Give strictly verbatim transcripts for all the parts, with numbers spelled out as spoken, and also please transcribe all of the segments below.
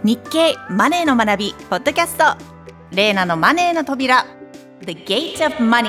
日経マネーの学びポッドキャスト、レーナのマネーの扉 The Gate of Money。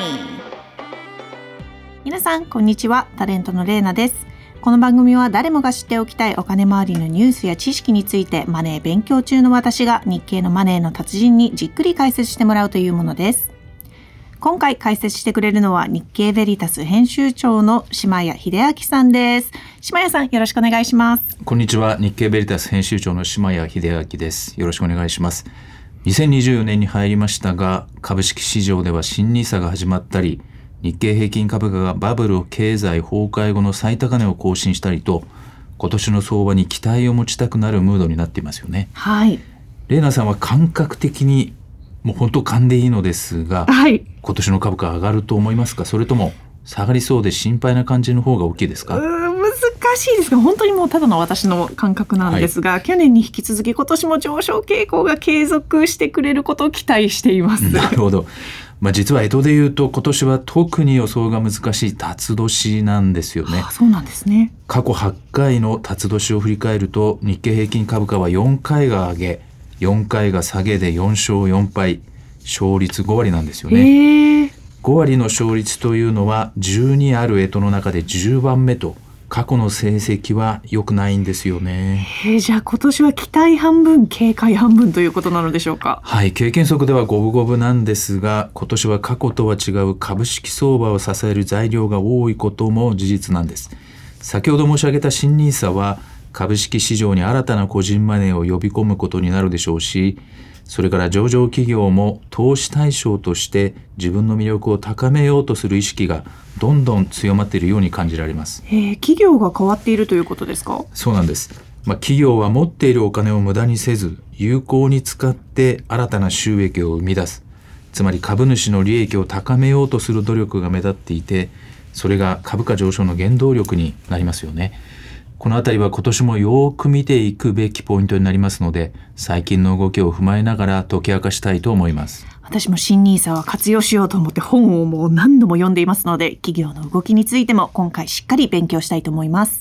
皆さんこんにちは、タレントのレーナです。この番組は誰もが知っておきたいお金周りのニュースや知識について、マネー勉強中の私が日経のマネーの達人にじっくり解説してもらうというものです。今回解説してくれるのは日経ベリタス編集長の島谷秀明さんです。島谷さん、よろしくお願いします。 こんにちは、日経ベリタス編集長の島谷秀明です。よろしくお願いします。にせんにじゅうよねんに入りましたが、株式市場では新ニーサが始まったり、日経平均株価がバブル経済崩壊後の最高値を更新したりと、今年の相場に期待を持ちたくなるムードになっていますよね。 はい。 レーナさんは感覚的にもう本当勘でいいのですが、 はい、 今年の株価上がると思いますか？それとも下がりそうで心配な感じの方が大きいですか？ うーん難しいですが、本当にもうただの私の感覚なんですが、はい、去年に引き続き今年も上昇傾向が継続してくれることを期待しています。 なるほど。まあ、実は江戸でいうと今年は特に予想が難しい辰年なんですよね。 はあ、そうなんですね。 過去はちかいの辰年を振り返ると、日経平均株価はよんかいが上げ、よんかいが下げでよんしょうよんぱい、勝率ごわりなんですよね。ごわりの勝率というのはじゅうにある干支の中でじゅうばんめと、過去の成績は良くないんですよね。 えー、じゃあ今年は期待半分警戒半分ということなのでしょうか？ はい、経験則では五分五分なんですが、今年は過去とは違う株式相場を支える材料が多いことも事実なんです。先ほど申し上げた新ニーサは株式市場に新たな個人マネーを呼び込むことになるでしょうし、それから上場企業も投資対象として自分の魅力を高めようとする意識がどんどん強まっているように感じられます。 えー、企業が変わっているということですか？ そうなんです。まあ、企業は持っているお金を無駄にせず有効に使って新たな収益を生み出す、つまり株主の利益を高めようとする努力が目立っていて、それが株価上昇の原動力になりますよね。このあたりは今年もよく見ていくべきポイントになりますので、最近の動きを踏まえながら解き明かしたいと思います。 私も新ニーサは活用しようと思って本をもう何度も読んでいますので、企業の動きについても今回しっかり勉強したいと思います。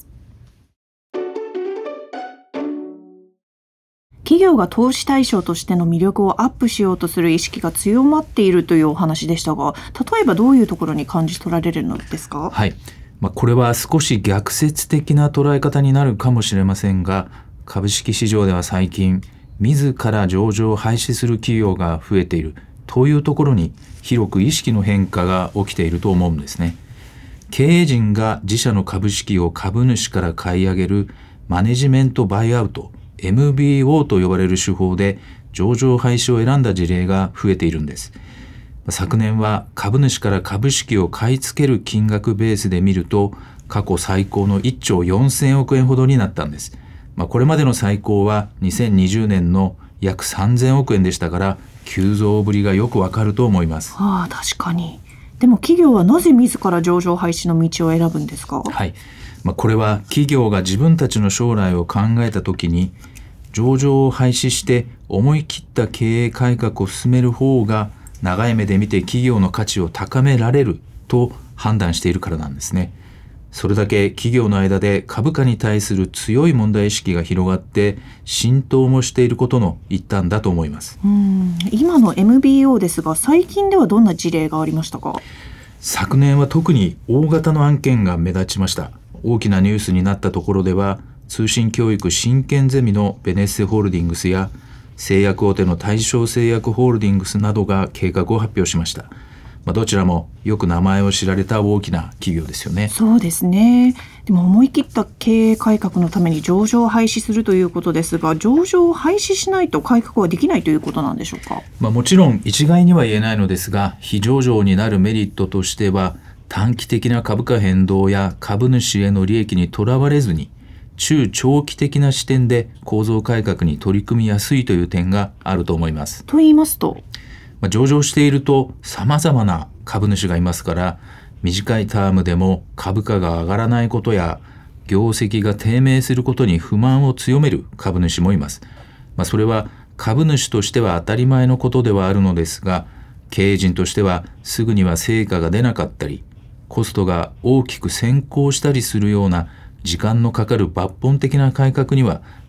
企業が投資対象としての魅力をアップしようとする意識が強まっているというお話でしたが、例えばどういうところに感じ取られるのですか？ はい、まあ、これは少し逆説的な捉え方になるかもしれませんが、株式市場では最近自ら上場を廃止する企業が増えているというところに広く意識の変化が起きていると思うんですね。経営陣が自社の株式を株主から買い上げるマネジメントバイアウト エムビーオー と呼ばれる手法で上場廃止を選んだ事例が増えているんです。昨年は株主から株式を買い付ける金額ベースで見ると過去最高のいっちょうよんせんおくえんほどになったんです。まあ、これまでの最高はにせんにじゅうねんの約さんぜんおくえんでしたから、急増ぶりがよくわかると思います。 はあ、確かに。でも企業はなぜ自ら上場廃止の道を選ぶんですか？ はい、まあ、これは企業が自分たちの将来を考えたときに、上場を廃止して思い切った経営改革を進める方が長い目で見て企業の価値を高められると判断しているからなんですね。それだけ企業の間で株価に対する強い問題意識が広がって浸透もしていることの一端だと思います。 うーん、今の エムビーオー ですが、最近ではどんな事例がありましたか？ 昨年は特に大型の案件が目立ちました。大きなニュースになったところでは、通信教育真剣ゼミのベネッセホールディングスや製薬大手の大正製薬ホールディングスなどが計画を発表しました。まあ、どちらもよく名前を知られた大きな企業ですよね。 そうですね。でも思い切った経営改革のために上場を廃止するということですが、上場を廃止しないと改革はできないということなんでしょうか？ まあ、もちろん一概には言えないのですが、非上場になるメリットとしては、短期的な株価変動や株主への利益にとらわれずに、中長期的な視点で構造改革に取り組みやすいという点があると思います。 と言いますと？ まあ、上場していると様々な株主がいますから、短いタームでも株価が上がらないことや業績が低迷することに不満を強める株主もいます。まあ、それは株主としては当たり前のことではあるのですが、経営陣としてはすぐには成果が出なかったり、コストが大きく先行したりするような時間のかかる抜本的な改革には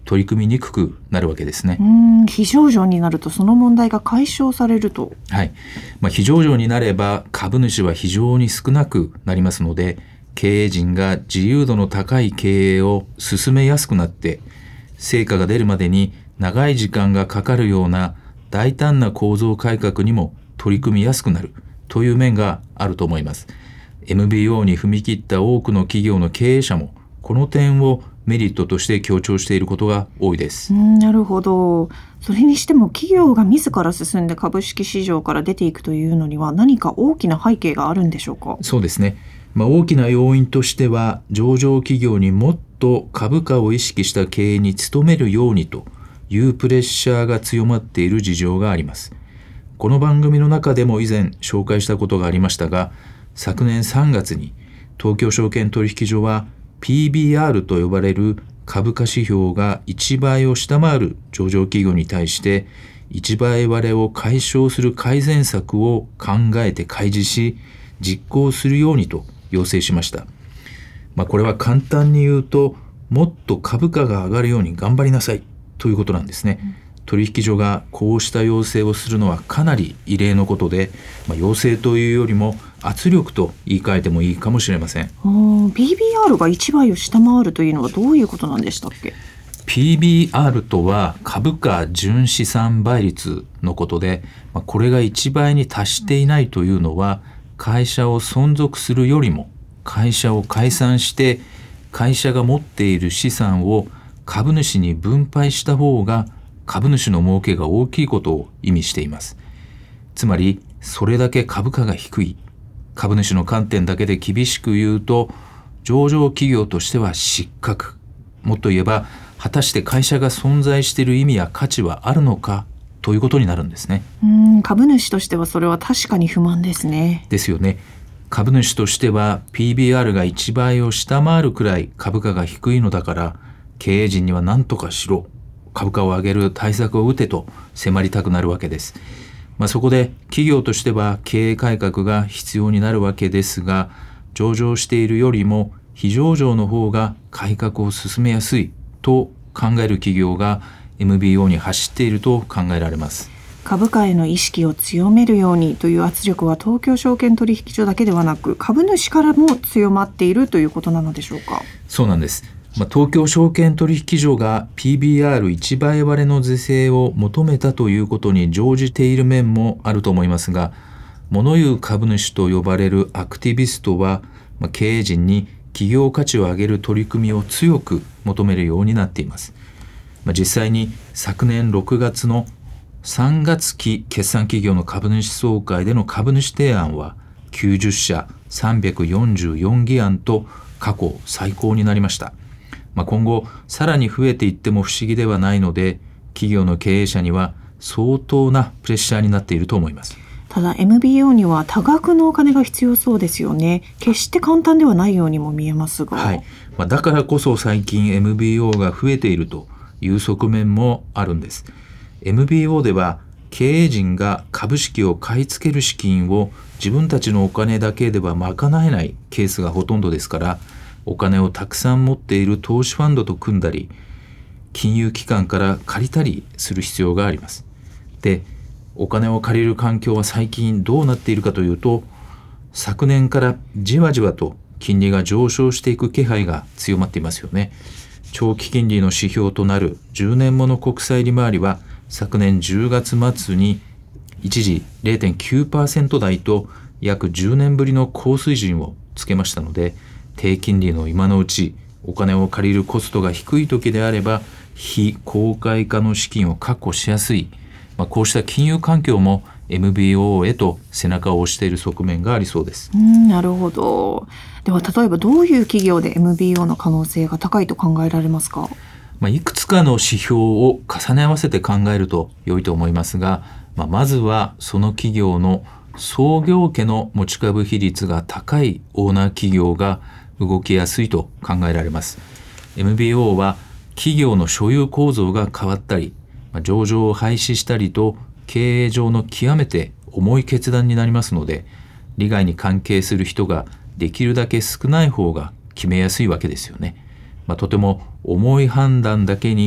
取り組みにくくなるわけですね。 うーん非上場になるとその問題が解消されると。 はい、まあ、非上場になれば株主は非常に少なくなりますので、経営陣が自由度の高い経営を進めやすくなって、成果が出るまでに長い時間がかかるような大胆な構造改革にも取り組みやすくなるという面があると思います。 エムビーオー に踏み切った多くの企業の経営者もこの点をメリットとして強調していることが多いです。 うん、なるほど。それにしても企業が自ら進んで株式市場から出ていくというのには何か大きな背景があるんでしょうか？ そうですね、まあ、大きな要因としては、上場企業にもっと株価を意識した経営に努めるようにというプレッシャーが強まっている事情があります。この番組の中でも以前紹介したことがありましたが、昨年さんがつに東京証券取引所は ピービーアール と呼ばれる株価指標がいちばいを下回る上場企業に対していちばい割れを解消する改善策を考えて開示し、実行するようにと要請しました。まあ、これは簡単に言うと、もっと株価が上がるように頑張りなさいということなんですね。うん、取引所がこうした要請をするのはかなり異例のことで、まあ、要請というよりも圧力と言い換えてもいいかもしれません。 ピービーアール がいちばいを下回るというのはどういうことなんでしたっけ？ ピービーアール とは株価純資産倍率のことで、まあ、これがいちばいに達していないというのは、会社を存続するよりも会社を解散して会社が持っている資産を株主に分配した方が株主の儲けが大きいことを意味しています。つまりそれだけ株価が低い、株主の観点だけで厳しく言うと、上場企業としては失格、もっと言えば果たして会社が存在している意味や価値はあるのかということになるんですね。 うーん株主としてはそれは確かに不満ですね。 ですよね。株主としては ピービーアール がいちばいを下回るくらい株価が低いのだから、経営陣には何とかしろ、株価を上げる対策を打てと迫りたくなるわけです。まあ、そこで企業としては経営改革が必要になるわけですが、上場しているよりも非上場の方が改革を進めやすいと考える企業が エムビーオー に走っていると考えられます。 株価への意識を強めるようにという圧力は東京証券取引所だけではなく株主からも強まっているということなのでしょうか？ そうなんです。まあ、東京証券取引所が ピービーアールいちばい割れの是正を求めたということに乗じている面もあると思いますが、物言う株主と呼ばれるアクティビストは、まあ、経営陣に企業価値を上げる取り組みを強く求めるようになっています。まあ、実際に昨年ろくがつのさんがつ期決算企業の株主総会での株主提案はきゅうじゅっしゃさんびゃくよんじゅうよんぎ案と過去最高になりました。まあ、今後さらに増えていっても不思議ではないので、企業の経営者には相当なプレッシャーになっていると思います。 ただ エムビーオー には多額のお金が必要そうですよね。決して簡単ではないようにも見えますが、 はい、まあ、だからこそ最近 エムビーオー が増えているという側面もあるんです。 エムビーオー では経営陣が株式を買い付ける資金を自分たちのお金だけでは賄えないケースがほとんどですから、お金をたくさん持っている投資ファンドと組んだり、金融機関から借りたりする必要があります。で、お金を借りる環境は最近どうなっているかというと、昨年からじわじわと金利が上昇していく気配が強まっていますよね。長期金利の指標となるじゅうねんもの国債利回りは昨年じゅうがつ末に一時 れいてんきゅうパーセント 台と約じゅうねんぶりの高水準をつけましたので、低金利の今のうちお金を借りるコストが低い時であれば非公開化の資金を確保しやすい、まあ、こうした金融環境も エムビーオー へと背中を押している側面がありそうです。 うん、なるほど。では例えばどういう企業で エムビーオー の可能性が高いと考えられますか？ まあ、いくつかの指標を重ね合わせて考えると良いと思いますが、まあ、まずはその企業の創業家の持ち株比率が高いオーナー企業が動きやすいと考えられます。 エムビーオー は企業の所有構造が変わったり、上場を廃止したりと経営上の極めて重い決断になりますので、利害に関係する人ができるだけ少ない方が決めやすいわけですよね。まあ、とても重い判断だけに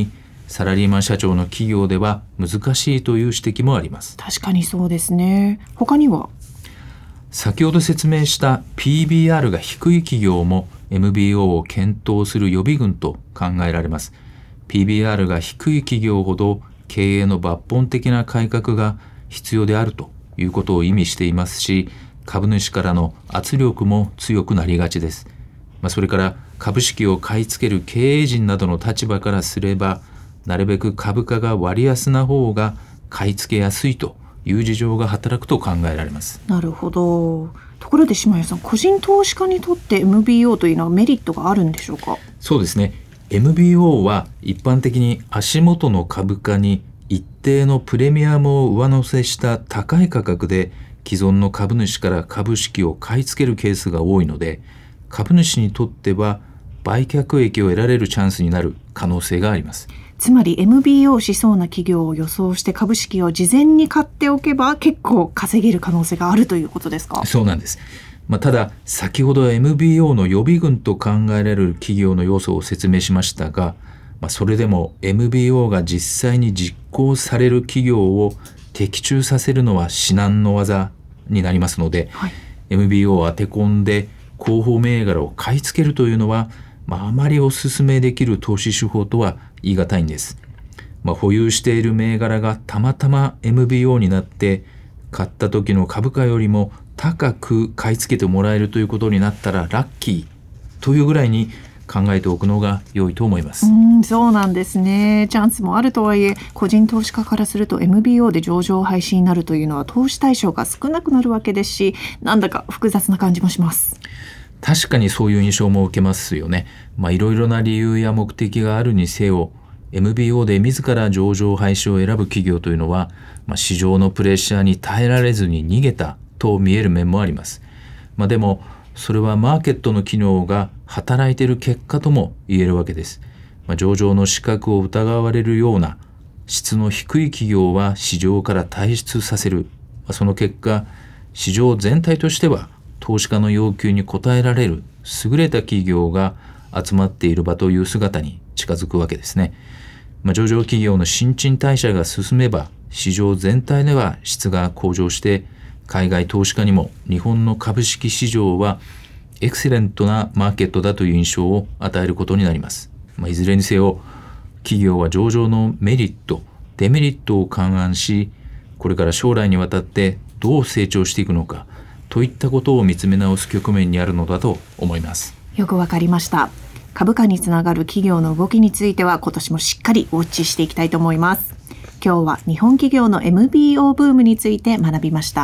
サラリーマン社長の企業では難しいという指摘もあります。 確かにそうですね。他には？ 先ほど説明した ピービーアール が低い企業も エムビーオー を検討する予備軍と考えられます。ピービーアール が低い企業ほど経営の抜本的な改革が必要であるということを意味していますし、株主からの圧力も強くなりがちです。まあ、それから株式を買い付ける経営陣などの立場からすれば、なるべく株価が割安な方が買い付けやすいという事情が働くと考えられます。 なるほど。ところで島谷さん、個人投資家にとって エムビーオー というのはメリットがあるんでしょうか？ そうですね。エムビーオー は一般的に足元の株価に一定のプレミアムを上乗せした高い価格で既存の株主から株式を買い付けるケースが多いので、株主にとっては売却益を得られるチャンスになる可能性があります。 つまり エムビーオー しそうな企業を予想して株式を事前に買っておけば結構稼げる可能性があるということですか？ そうなんです。まあ、ただ先ほど エムビーオー の予備軍と考えられる企業の要素を説明しましたが、まあ、それでも エムビーオー が実際に実行される企業を的中させるのは至難の業になりますので、はい、エムビーオー を当て込んで候補銘柄を買い付けるというのは、まあ、あまりお勧めできる投資手法とは言い難いんです。まあ、保有している銘柄がたまたま エムビーオー になって買った時の株価よりも高く買い付けてもらえるということになったらラッキーというぐらいに考えておくのが良いと思います。 うん、そうなんですね。チャンスもあるとはいえ、個人投資家からすると エムビーオー で上場廃止になるというのは投資対象が少なくなるわけですし、なんだか複雑な感じもします。 確かにそういう印象も受けますよね。まあ、いろいろな理由や目的があるにせよ、エムビーオー で自ら上場廃止を選ぶ企業というのは、まあ、市場のプレッシャーに耐えられずに逃げたと見える面もあります。まあ、でもそれはマーケットの機能が働いている結果とも言えるわけです。まあ、上場の資格を疑われるような質の低い企業は市場から退出させる。まあ、その結果、市場全体としては投資家の要求に応えられる優れた企業が集まっている場という姿に近づくわけですね。まあ、上場企業の新陳代謝が進めば市場全体では質が向上して、海外投資家にも日本の株式市場はエクセレントなマーケットだという印象を与えることになります。まあ、いずれにせよ企業は上場のメリット、デメリットを勘案し、これから将来にわたってどう成長していくのかといったことを見つめ直す局面にあるのだと思います。 よくわかりました。株価につながる企業の動きについては今年もしっかりウォッチしていきたいと思います。今日は日本企業の エムビーオー ブームについて学びました。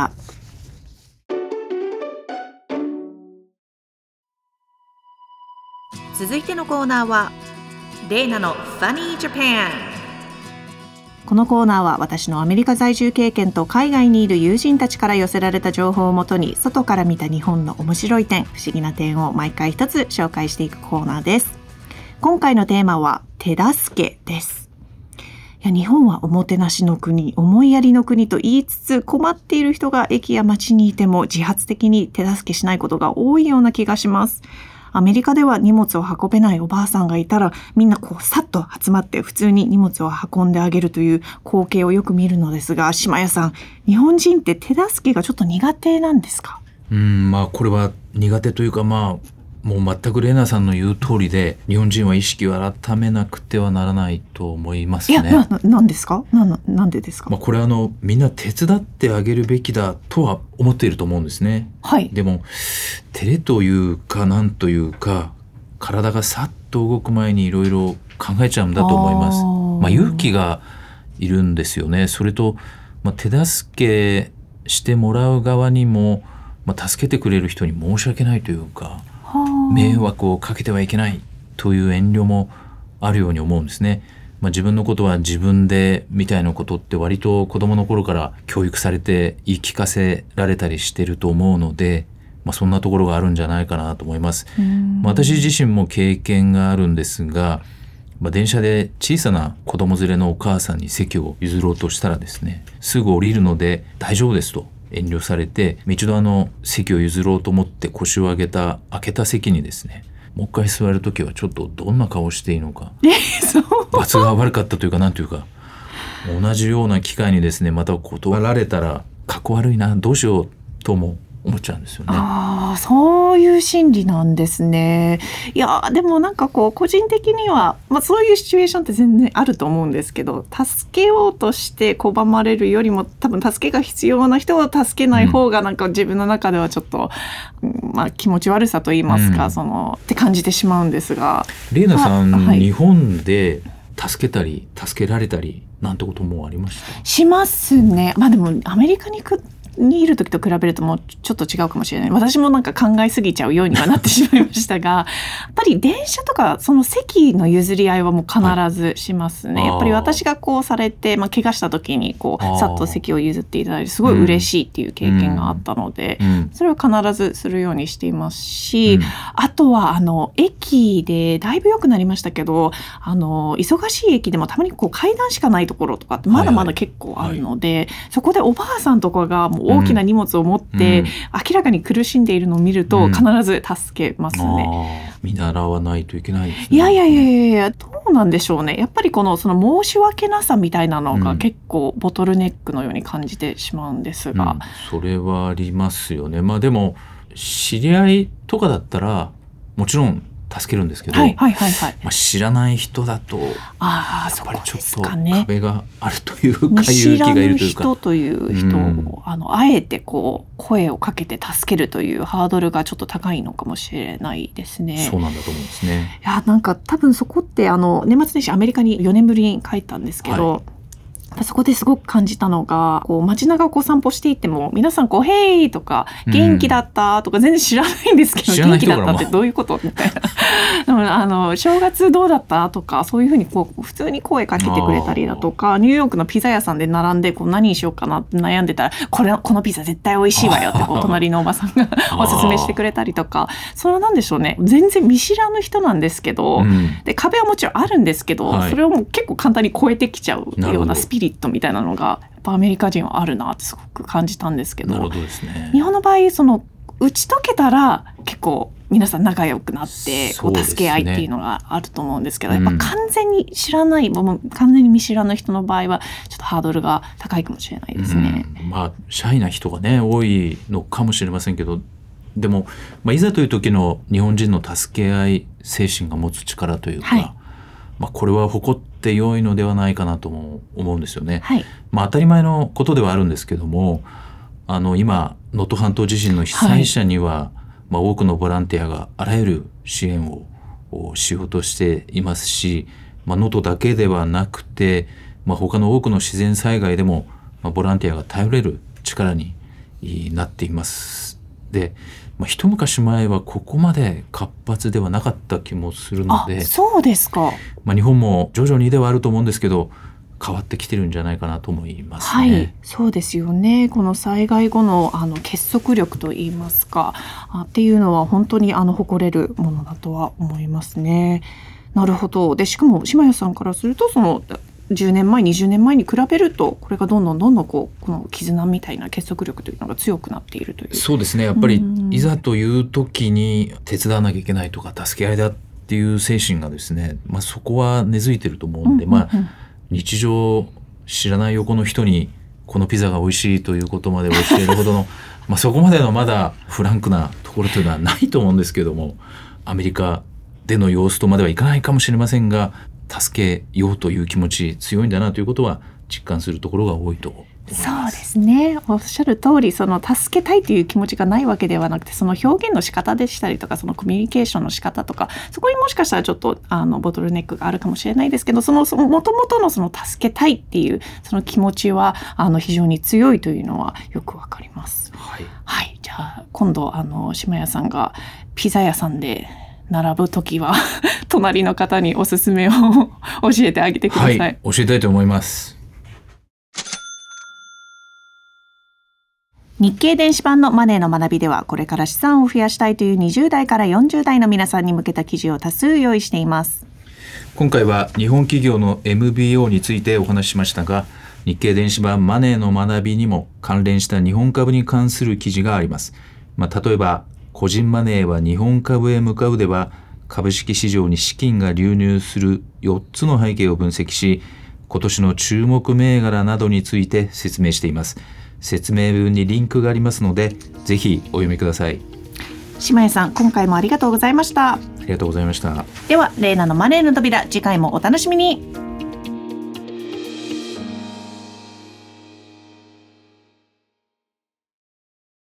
続いてのコーナーはレイナの Funny Japan。 このコーナーは私のアメリカ在住経験と海外にいる友人たちから寄せられた情報をもとに、外から見た日本の面白い点、不思議な点を毎回一つ紹介していくコーナーです。今回のテーマは手助けです。いや、日本はおもてなしの国、思いやりの国と言いつつ、困っている人が駅や街にいても自発的に手助けしないことが多いような気がします。アメリカでは荷物を運べないおばあさんがいたら、みんなこうさっと集まって普通に荷物を運んであげるという光景をよく見るのですが、島谷さん、日本人って手助けがちょっと苦手なんですか？ うーん、まあこれは苦手というか、まあもう全くレナさんの言う通りで、日本人は意識を改めなくてはならないと思いますね。 いや、な、なんですか？な、なんでですか？ まあ、これはあのみんな手伝ってあげるべきだとは思っていると思うんですね。 はい。 でも照れというかなんというか、体がさっと動く前にいろいろ考えちゃうんだと思います。まあ、勇気がいるんですよね。それと、まあ、手助けしてもらう側にも、まあ、助けてくれる人に申し訳ないというか、迷惑をかけてはいけないという遠慮もあるように思うんですね。まあ、自分のことは自分でみたいなことって割と子供の頃から教育されて言い聞かせられたりしてると思うので、まあ、そんなところがあるんじゃないかなと思います。まあ、私自身も経験があるんですが、まあ、電車で小さな子供連れのお母さんに席を譲ろうとしたらですね、すぐ降りるので大丈夫ですと遠慮されて、一度あの席を譲ろうと思って腰を上げた開けた席にですね、もう一回座るときはちょっとどんな顔していいのか罰が悪かったというか、なんというか、同じような機会にですねまた断られたらかっこ悪いな、どうしようとも思っちゃうんですよね。 ああ、そういう心理なんですね。いやでもなんかこう個人的には、まあ、そういうシチュエーションって全然あると思うんですけど、助けようとして拒まれるよりも多分助けが必要な人を助けない方がなんか自分の中ではちょっと、うんまあ、気持ち悪さと言いますか、うん、そのって感じてしまうんですが、 レイナさん、 はい、 日本で助けたり助けられたりなんてこともありました？ しますね。まあでもアメリカに行くにいる時と比べるともうちょっと違うかもしれない。私もなんか考えすぎちゃうようにはなってしまいましたがやっぱり電車とかその席の譲り合いはもう必ずしますね、はい、やっぱり私がこうされて、まあ、怪我した時にこうさっと席を譲っていただいてすごい嬉しいっていう経験があったので、うん、それは必ずするようにしていますし、うん、あとはあの駅でだいぶ良くなりましたけど、あの忙しい駅でもたまにこう階段しかないところとかってまだまだ結構あるので、はいはいはい、そこでおばあさんとかがもう大きな荷物を持って、うん、明らかに苦しんでいるのを見ると必ず助けますね、 うん、見習わないといけないですね。 いやいやいやいやどうなんでしょうね。やっぱりこのその申し訳なさみたいなのが結構ボトルネックのように感じてしまうんですが、 うん、それはありますよね。まあでも知り合いとかだったらもちろん助けるんですけど、はいはいはいはいまあ、知らない人だとあやっぱりちょっと壁があるというか、勇気がいるというか、 人という人を、うん、あのあえてこう声をかけて助けるというハードルがちょっと高いのかもしれないですね。 そうなんだと思うんですね。 いやなんか多分そこってあの年末年始アメリカによねんぶりに帰ったんですけど、はいそこですごく感じたのがこう街中をこう散歩していても皆さんこうヘイとか元気だったとか全然知らないんですけど、うん、元気だったってどういうことみたいなでもあの正月どうだったとかそういうふうにこう普通に声かけてくれたりだとか、ニューヨークのピザ屋さんで並んでこう何にしようかなって悩んでたらこれこのピザ絶対美味しいわよってこう隣のおばさんがおすすめしてくれたりとか、それは何でしょうね、全然見知らぬ人なんですけど、うん、で壁はもちろんあるんですけど、はい、それをもう結構簡単に超えてきちゃうようなスピリットみたいなのがやっぱアメリカ人はあるなってすごく感じたんですけど、 なるほどですね。 日本の場合その打ち解けたら結構皆さん仲良くなってこう助け合いっていうのがあると思うんですけど、やっぱ完全に知らない、もう完全に見知らぬ人の場合はちょっとハードルが高いかもしれないですね、 うん、まあシャイな人がね多いのかもしれませんけど、でも、まあ、いざという時の日本人の助け合い精神が持つ力というか、はいまあ、これは誇って良いのではないかなとも思うんですよね、はいまあ、当たり前のことではあるんですけども、あの今能登半島地震の被災者には、はいまあ、多くのボランティアがあらゆる支援をしようとしていますし、まあ、能登だけではなくて、まあ、他の多くの自然災害でも、まあ、ボランティアが頼れる力になっています。でまあ、一昔前はここまで活発ではなかった気もするので、 あ、そうですか。 まあ、日本も徐々にではあると思うんですけど変わってきてるんじゃないかなと思いますね。 はい、そうですよね。この災害後のあの結束力といいますかあっていうのは本当にあの誇れるものだとは思いますね。なるほど。でしかも島谷さんからするとそのじゅうねんまえにじゅうねんまえに比べるとこれがどんどんどんどんこうこの絆みたいな結束力というのが強くなっているという。 そうですね。やっぱりいざという時に手伝わなきゃいけないとか助け合いだっていう精神がですね、まあ、そこは根付いてると思うんで、うんうんうんまあ、日常知らない横の人にこのピザが美味しいということまで教えるほどのまあそこまでのまだフランクなところというのはないと思うんですけども、アメリカでの様子とまではいかないかもしれませんが助けようという気持ち強いんだなということは実感するところが多いと思います。 そうですね。おっしゃる通りその助けたいという気持ちがないわけではなくて、その表現の仕方でしたりとかそのコミュニケーションの仕方とかそこにもしかしたらちょっとあのボトルネックがあるかもしれないですけど、そのその元々のその助けたいっていうその気持ちはあの非常に強いというのはよくわかります。はい、はい、じゃあ今度あの島谷さんがピザ屋さんで並ぶときは隣の方におすすめを教えてあげてください。 はい、教えたいと思います。 日経電子版のマネーの学びではこれから資産を増やしたいというにじゅう代からよんじゅう代の皆さんに向けた記事を多数用意しています。 今回は日本企業の エムビーオー についてお話ししましたが、日経電子版マネーの学びにも関連した日本株に関する記事があります。まあ、例えば個人マネーは日本株へ向かうでは株式市場に資金が流入するよっつの背景を分析し、今年の注目銘柄などについて説明しています。説明文にリンクがありますので、ぜひお読みください。 島谷さん、今回もありがとうございました。 ありがとうございました。 では、レイナのマネーの扉、次回もお楽しみに。